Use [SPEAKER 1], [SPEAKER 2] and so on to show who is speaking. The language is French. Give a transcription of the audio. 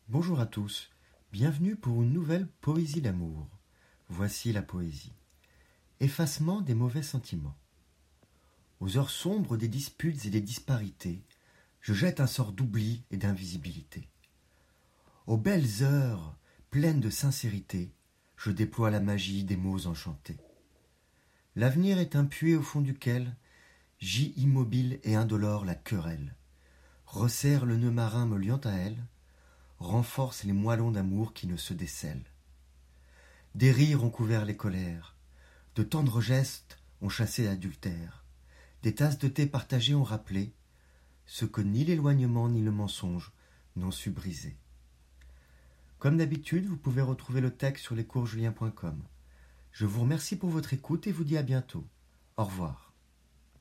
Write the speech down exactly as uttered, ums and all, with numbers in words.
[SPEAKER 1] Bonjour à tous, bienvenue pour une nouvelle poésie d'amour. Voici la poésie. Effacement des mauvais sentiments. Aux heures sombres des disputes et des disparités, je jette un sort d'oubli et d'invisibilité. Aux belles heures, pleines de sincérité, je déploie la magie des mots enchantés. L'avenir est un puits au fond duquel gît immobile et indolore la querelle, resserre le nœud marin me liant à elle, renforce les moellons d'amour qui ne se décèlent. Des rires ont couvert les colères, de tendres gestes ont chassé l'adultère, des tasses de thé partagées ont rappelé ce que ni l'éloignement ni le mensonge n'ont su briser. Comme d'habitude, vous pouvez retrouver le texte sur lescoursjulien point com. Je vous remercie pour votre écoute et vous dis à bientôt. Au revoir.